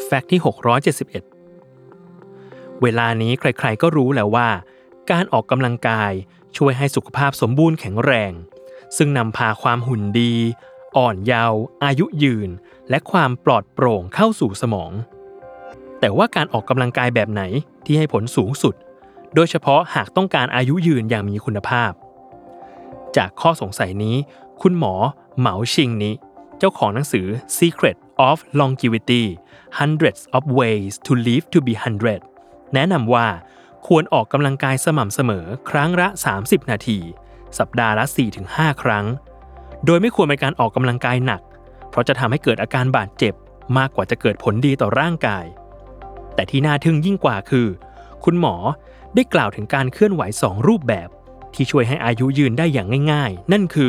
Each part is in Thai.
แฟกต์ที่671เวลานี้ใครๆก็รู้แล้วว่าการออกกำลังกายช่วยให้สุขภาพสมบูรณ์แข็งแรงซึ่งนำพาความหุ่นดีอ่อนเยาว์อายุยืนและความปลอดโปร่งเข้าสู่สมองแต่ว่าการออกกำลังกายแบบไหนที่ให้ผลสูงสุดโดยเฉพาะหากต้องการอายุยืนอย่างมีคุณภาพจากข้อสงสัยนี้คุณหมอเหมาชิงนี้เจ้าของหนังสือ Secret of Longevity Hundreds of Ways to Live to be 100 แนะนำว่าควรออกกำลังกายสม่ำเสมอครั้งละ30 นาทีสัปดาห์ละ 4-5 ครั้งโดยไม่ควรเป็นการออกกำลังกายหนักเพราะจะทำให้เกิดอาการบาดเจ็บมากกว่าจะเกิดผลดีต่อร่างกายแต่ที่น่าทึ่งยิ่งกว่าคือคุณหมอได้กล่าวถึงการเคลื่อนไหว2รูปแบบที่ช่วยให้อายุยืนได้อย่างง่ายๆนั่นคือ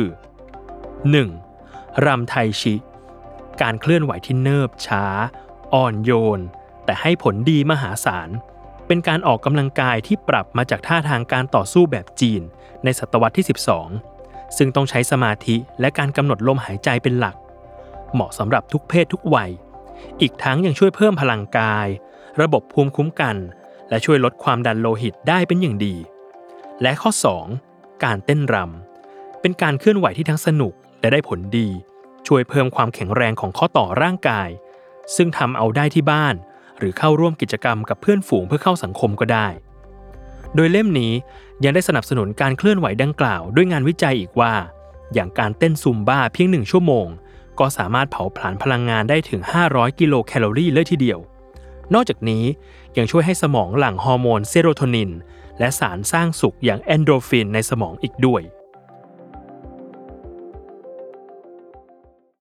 1. รำไทชิการเคลื่อนไหวที่เนิบช้าอ่อนโยนแต่ให้ผลดีมหาศาลเป็นการออกกำลังกายที่ปรับมาจากท่าทางการต่อสู้แบบจีนในศตวรรษที่12ซึ่งต้องใช้สมาธิและการกำหนดลมหายใจเป็นหลักเหมาะสำหรับทุกเพศทุกวัยอีกทั้งยังช่วยเพิ่มพลังกายระบบภูมิคุ้มกันและช่วยลดความดันโลหิตได้เป็นอย่างดีและข้อ 2. การเต้นรำเป็นการเคลื่อนไหวที่ทั้งสนุกและได้ผลดีช่วยเพิ่มความแข็งแรงของข้อต่อร่างกายซึ่งทำเอาได้ที่บ้านหรือเข้าร่วมกิจกรรมกับเพื่อนฝูงเพื่อเข้าสังคมก็ได้โดยเล่มนี้ยังได้สนับสนุนการเคลื่อนไหวดังกล่าวด้วยงานวิจัยอีกว่าอย่างการเต้นซุมบ้าเพียง1 ชั่วโมงก็สามารถเผาผลาญพลังงานได้ถึง500 กิโลแคลอรี่เลยทีเดียวนอกจากนี้ยังช่วยให้สมองหลั่งฮอร์โมนเซโรโทนินและสารสร้างสุขอย่างเอนโดรฟินในสมองอีกด้วย